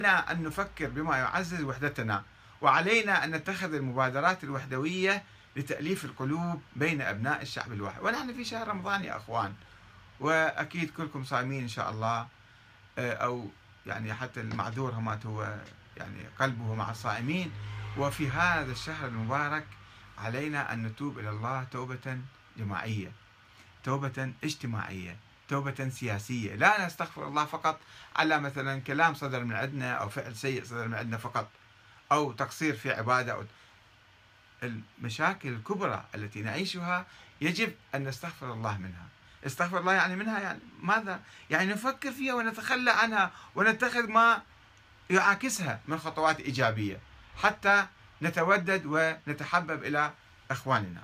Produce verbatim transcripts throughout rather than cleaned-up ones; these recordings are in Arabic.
أن نفكر بما يعزز وحدتنا، وعلينا أن نتخذ المبادرات الوحدوية لتأليف القلوب بين أبناء الشعب الواحد. ونحن في شهر رمضان يا أخوان، وأكيد كلكم صايمين إن شاء الله، أو يعني حتى المعذور همات هو يعني قلبه مع الصائمين. وفي هذا الشهر المبارك علينا أن نتوب إلى الله توبة جماعية، توبة اجتماعية، توبة سياسية. لا نستغفر الله فقط على مثلا كلام صدر من عندنا أو فعل سيء صدر من عندنا فقط، أو تقصير في عبادة، أو المشاكل الكبرى التي نعيشها يجب أن نستغفر الله منها. استغفر الله يعني منها يعني ماذا؟ يعني نفكر فيها ونتخلى عنها ونتخذ ما يعاكسها من خطوات إيجابية حتى نتودد ونتحبب إلى إخواننا.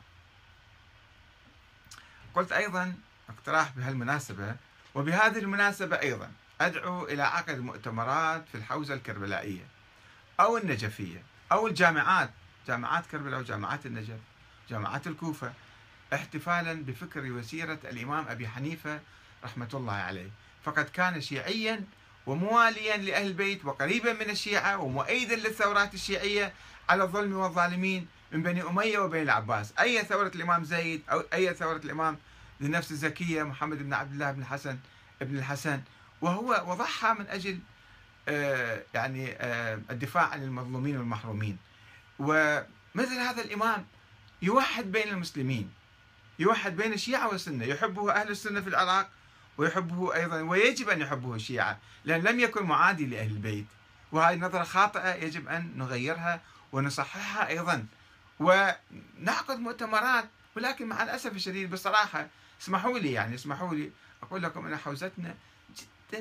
قلت أيضا اقتراح بهالمناسبة، وبهذه المناسبة أيضا أدعو إلى عقد مؤتمرات في الحوزة الكربلائية أو النجفية أو الجامعات، جامعات كربلاء وجامعات النجف، جامعات الكوفة، احتفالا بفكر وسيرة الإمام أبي حنيفة رحمة الله عليه، فقد كان شيعيا ومواليا لأهل البيت وقريبا من الشيعة ومؤيدا للثورات الشيعية على الظلم والظالمين من بني أمية وبني العباس، أي ثورة الإمام زيد أو أي ثورة الإمام ذي النفس الزكية محمد بن عبد الله بن الحسن ابن الحسن، وهو وضحى من أجل آه يعني آه الدفاع عن المظلومين والمحرومين. ومثل هذا الإمام يوحد بين المسلمين، يوحد بين الشيعة والسنة، يحبه أهل السنة في العراق ويحبه أيضا، ويجب أن يحبه الشيعة، لأن لم يكن معادي لأهل البيت. وهذه نظرة خاطئة يجب أن نغيرها ونصححها أيضا، ونعقد مؤتمرات. ولكن مع الأسف الشديد بصراحة اسمحوا لي يعني اسمحوا لي أقول لكم أن حوزتنا جدا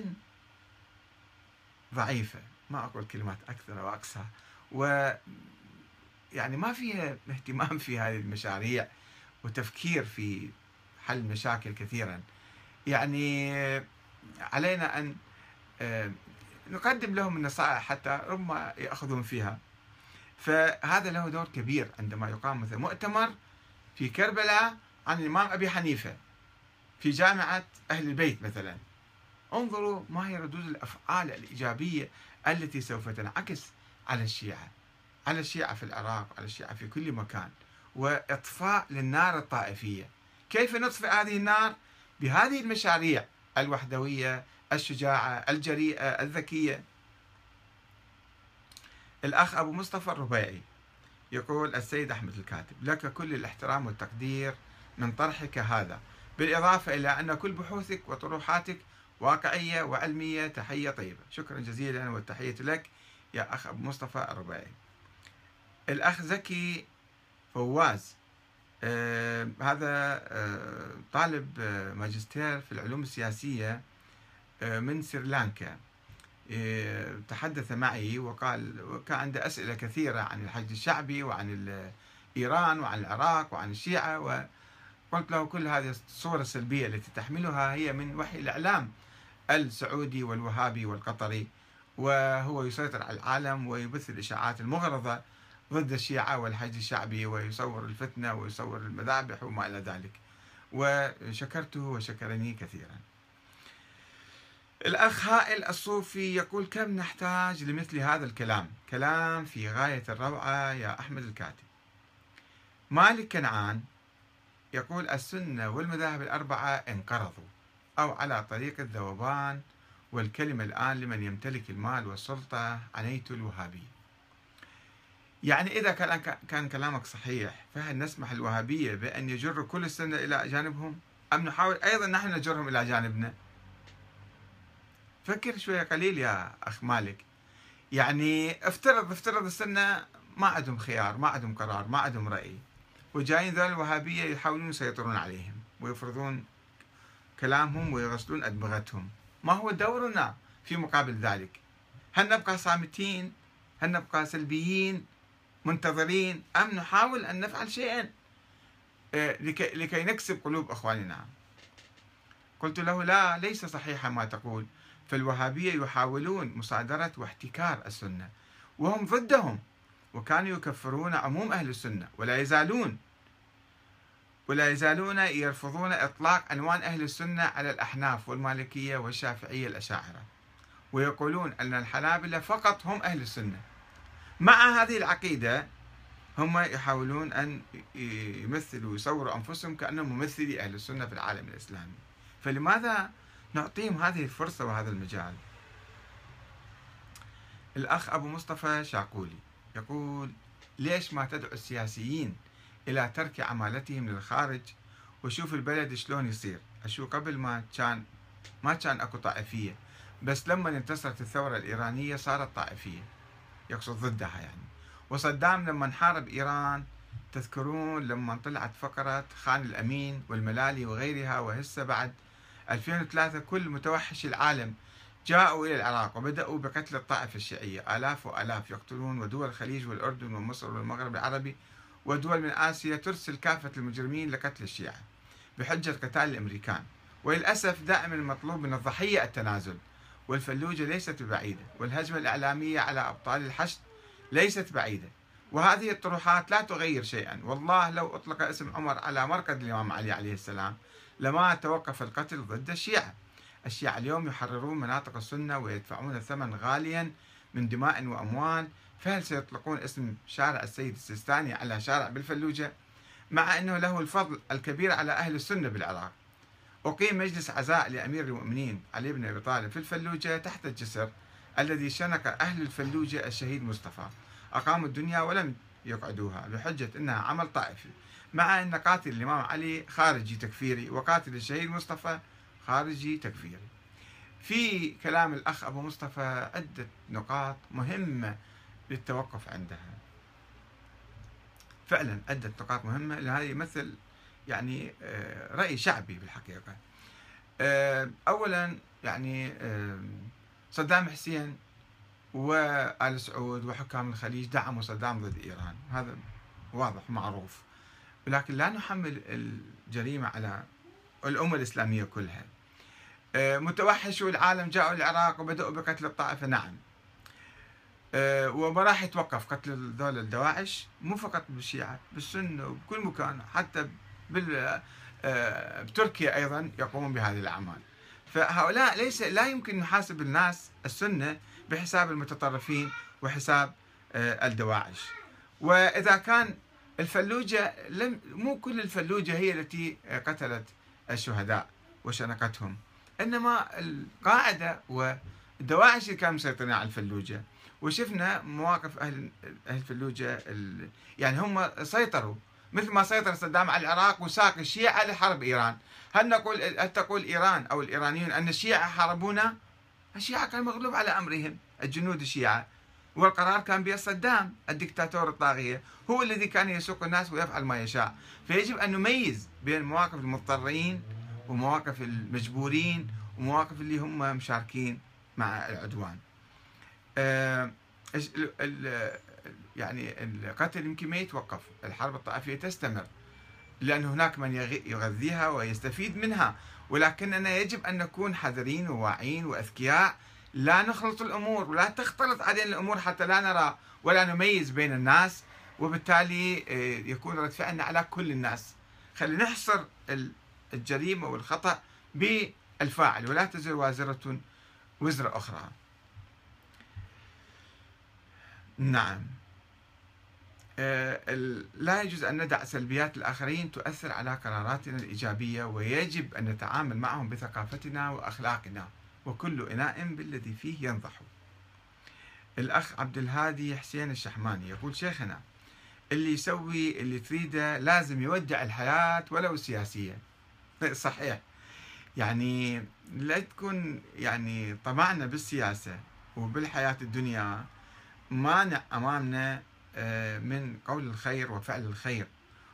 ضعيفة، ما أقول كلمات أكثر وأقصى، و يعني ما فيها اهتمام في هذه المشاريع وتفكير في حل مشاكل كثيرا. يعني علينا أن نقدم لهم النصائح حتى ربما يأخذون فيها. فهذا له دور كبير عندما يقام مثل مؤتمر في كربلاء عن الإمام أبي حنيفة في جامعة أهل البيت مثلا. انظروا ما هي ردود الأفعال الإيجابية التي سوف تنعكس على الشيعة، على الشيعة في العراق، على الشيعة في كل مكان، وإطفاء للنار الطائفية. كيف نطفئ هذه النار؟ بهذه المشاريع الوحدوية الشجاعة الجريئة الذكية. الأخ أبو مصطفى الربيعي يقول: السيد أحمد الكاتب، لك كل الاحترام والتقدير من طرحك هذا، بالإضافة إلى أن كل بحوثك وطروحاتك واقعية وعلمية. تحية طيبة. شكرا جزيلا والتحية لك يا أخ أبو مصطفى الربيعي. الأخ زكي فواز، آه هذا آه طالب آه ماجستير في العلوم السياسية آه من سريلانكا، آه تحدث معي وقال كان عنده أسئلة كثيرة عن الحشد الشعبي وعن إيران وعن العراق وعن الشيعة، وقلت له كل هذه الصورة السلبية التي تحملها هي من وحي الإعلام السعودي والوهابي والقطري، وهو يسيطر على العالم ويبث الإشاعات المغرضة ضد الشيعة والحشد الشعبي، ويصور الفتنة ويصور المذابح وما إلى ذلك. وشكرته وشكرني كثيرا. الأخ هائل الصوفي يقول: كم نحتاج لمثل هذا الكلام؟ كلام في غاية الروعة يا أحمد الكاتب. مالك كنعان يقول: السنة والمذاهب الأربعة انقرضوا أو على طريق الذوبان، والكلمة الآن لمن يمتلك المال والسلطة، عنيت الوهابية. يعني إذا كان كان كلامك صحيح، فهل نسمح الوهابية بأن يجروا كل السنة إلى جانبهم، أم نحاول أيضا نحن نجرهم إلى جانبنا؟ فكر شوية قليل يا أخ مالك. يعني افترض افترض السنة ما عندهم خيار، ما عندهم قرار، ما عندهم رأي، وجايين ذول الوهابية يحاولون يسيطرون عليهم ويفرضون كلامهم ويغسلون أدمغتهم. ما هو دورنا في مقابل ذلك؟ هل نبقى صامتين؟ هل نبقى سلبيين منتظرين، أم نحاول أن نفعل شيئا لكي, لكي نكسب قلوب أخواننا؟ قلت له: لا، ليس صحيحا ما تقول، فالوهابية يحاولون مصادرة واحتكار السنة، وهم ضدهم، وكانوا يكفرون عموم أهل السنة، ولا يزالون ولا يزالون يرفضون إطلاق عنوان أهل السنة على الأحناف والمالكية والشافعية الأشاعرة، ويقولون أن الحنابلة فقط هم أهل السنة. مع هذه العقيدة هم يحاولون أن يمثلوا ويصوروا أنفسهم كأنهم ممثلي أهل السنة في العالم الإسلامي. فلماذا نعطيهم هذه الفرصة وهذا المجال؟ الأخ أبو مصطفى شاقولي يقول: ليش ما تدعو السياسيين إلى ترك عمالتهم للخارج وشوف البلد شلون يصير؟ أشو قبل ما كان ما كان أكو طائفية، بس لما انتصرت الثورة الإيرانية صارت طائفية، يقصد ضدها يعني. وصدام لما حارب إيران تذكرون لما طلعت فقرة خان الأمين والملالي وغيرها، وهسه بعد ألفين وثلاثة كل متوحشي العالم جاءوا إلى العراق وبدأوا بقتل الطائفة الشيعية، آلاف وآلاف يقتلون، ودول الخليج والأردن ومصر والمغرب العربي ودول من آسيا ترسل كافة المجرمين لقتل الشيعة بحجة قتال الأمريكان. وللأسف دائما المطلوب من الضحية التنازل، والفلوجة ليست بعيدة، والهجمة الإعلامية على أبطال الحشد ليست بعيدة، وهذه الطروحات لا تغير شيئا. والله لو أطلق اسم عمر على مرقد الإمام علي عليه السلام لما توقف القتل ضد الشيعة. الشيعة اليوم يحررون مناطق السنة ويدفعون ثمن غاليا من دماء وأموال، فهل سيطلقون اسم شارع السيد السيستاني على شارع بالفلوجة؟ مع أنه له الفضل الكبير على أهل السنة بالعراق. أقيم مجلس عزاء لأمير المؤمنين علي بن أبي طالب في الفلوجة تحت الجسر الذي شنق أهل الفلوجة الشهيد مصطفى، أقاموا الدنيا ولم يقعدوها بحجة أنها عمل طائفي، مع أن قاتل الإمام علي خارجي تكفيري وقاتل الشهيد مصطفى خارجي تكفيري. في كلام الأخ أبو مصطفى عدة نقاط مهمة للتوقف عندها، فعلا عدة نقاط مهمة، لهذا يمثل يعني رأي شعبي بالحقيقة. أولا يعني صدام حسين وآل سعود وحكام الخليج دعموا صدام ضد إيران، هذا واضح معروف، ولكن لا نحمل الجريمة على الأمة الإسلامية كلها. متوحشو العالم جاءوا العراق وبدأوا بقتل الطائفة، نعم، وما راح يتوقف قتل ذول الدواعش، مو فقط بالشيعة، بالسنة وبكل مكان، حتى بال بتركيا أيضا يقومون بهذه الأعمال. فهؤلاء ليس لا يمكن نحاسب الناس السنة بحساب المتطرفين وحساب الدواعش. وإذا كان الفلوجة لم مو كل الفلوجة هي التي قتلت الشهداء وشنقتهم، إنما القاعدة والدواعش اللي كانوا مسيطرين على الفلوجة. وشفنا مواقف أهل أهل الفلوجة يعني هم سيطروا مثل ما سيطر صدام على العراق وساق الشيعة لحرب إيران. هل نقول هل تقول إيران أو الإيرانيون أن الشيعة حاربونا؟ الشيعة كان مغلوب على أمرهم، الجنود الشيعة، والقرار كان بيد صدام الدكتاتور الطاغية، هو الذي كان يسوق الناس ويفعل ما يشاء. فيجب أن نميز بين مواقف المضطرين ومواقف المجبورين ومواقف اللي هم مشاركين مع العدوان. آه يعني القتل يمكن ما يتوقف، الحرب الطائفية تستمر لأن هناك من يغذيها ويستفيد منها، ولكننا يجب أن نكون حذرين وواعين وأذكياء، لا نخلط الأمور ولا تختلط علينا الأمور حتى لا نرى ولا نميز بين الناس، وبالتالي يكون رد فعلنا على كل الناس. خلينا نحصر الجريمة والخطأ بالفاعل، ولا تزر وازرة وزر أخرى. نعم، لا يجوز أن ندع سلبيات الآخرين تؤثر على قراراتنا الإيجابية، ويجب أن نتعامل معهم بثقافتنا وأخلاقنا، وكل إناء بالذي فيه ينضح. الأخ عبد الهادي حسين الشحماني يقول: شيخنا، اللي يسوي اللي تريده لازم يودع الحياة ولو سياسية. صحيح، يعني لا تكون يعني طمعنا بالسياسة وبالحياة الدنيا مانع أمامنا من قول الخير وفعل الخير،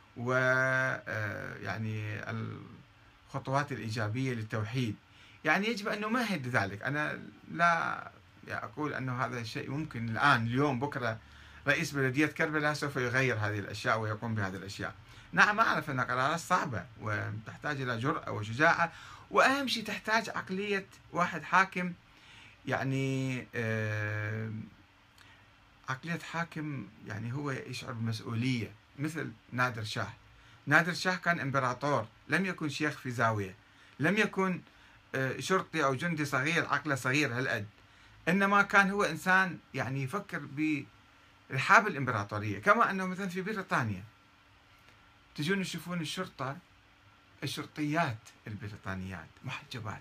ويعني الخطوات الإيجابية للتوحيد. يعني يجب أن نمهد ذلك. أنا لا أقول أنه هذا الشيء ممكن الآن اليوم بكرة رئيس بلدية كربلاء سوف يغير هذه الأشياء ويقوم بهذه الأشياء. نعم، أعرف أن قرارات صعبة وتحتاج إلى جرأة وشجاعة، وأهم شيء تحتاج عقلية واحد حاكم، يعني آه عقلية حاكم يعني هو يشعر بالمسؤولية، مثل نادر شاه. نادر شاه كان إمبراطور، لم يكن شيخ في زاوية، لم يكن شرطي أو جندي صغير عقله صغير هالقد، إنما كان هو إنسان يعني يفكر برحاب الإمبراطورية، كما أنه مثلا في بريطانيا تجون تشوفون الشرطة، الشرطيات البريطانيات محجبات.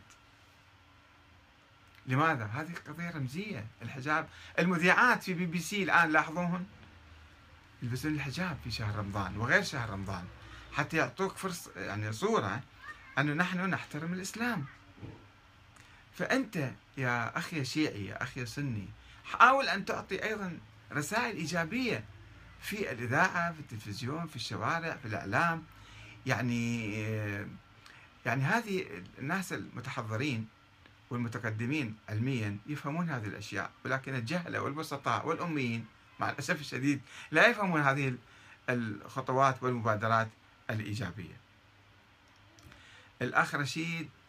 لماذا؟ هذه قضية رمزية، الحجاب. المذيعات في بي بي سي الآن لاحظوهن يلبسون الحجاب في شهر رمضان وغير شهر رمضان، حتى يعطوك فرصة يعني صورة أنه نحن نحترم الإسلام. فأنت يا أخي شيعي، يا أخي سني، حاول أن تعطي أيضا رسائل إيجابية في الإذاعة، في التلفزيون، في الشوارع، في الإعلام. يعني يعني هذه الناس المتحضرين والمتقدمين علميا يفهمون هذه الأشياء، ولكن الجهلة والبسطاء والأميين مع الأسف الشديد لا يفهمون هذه الخطوات والمبادرات الإيجابية. الأخ رشيد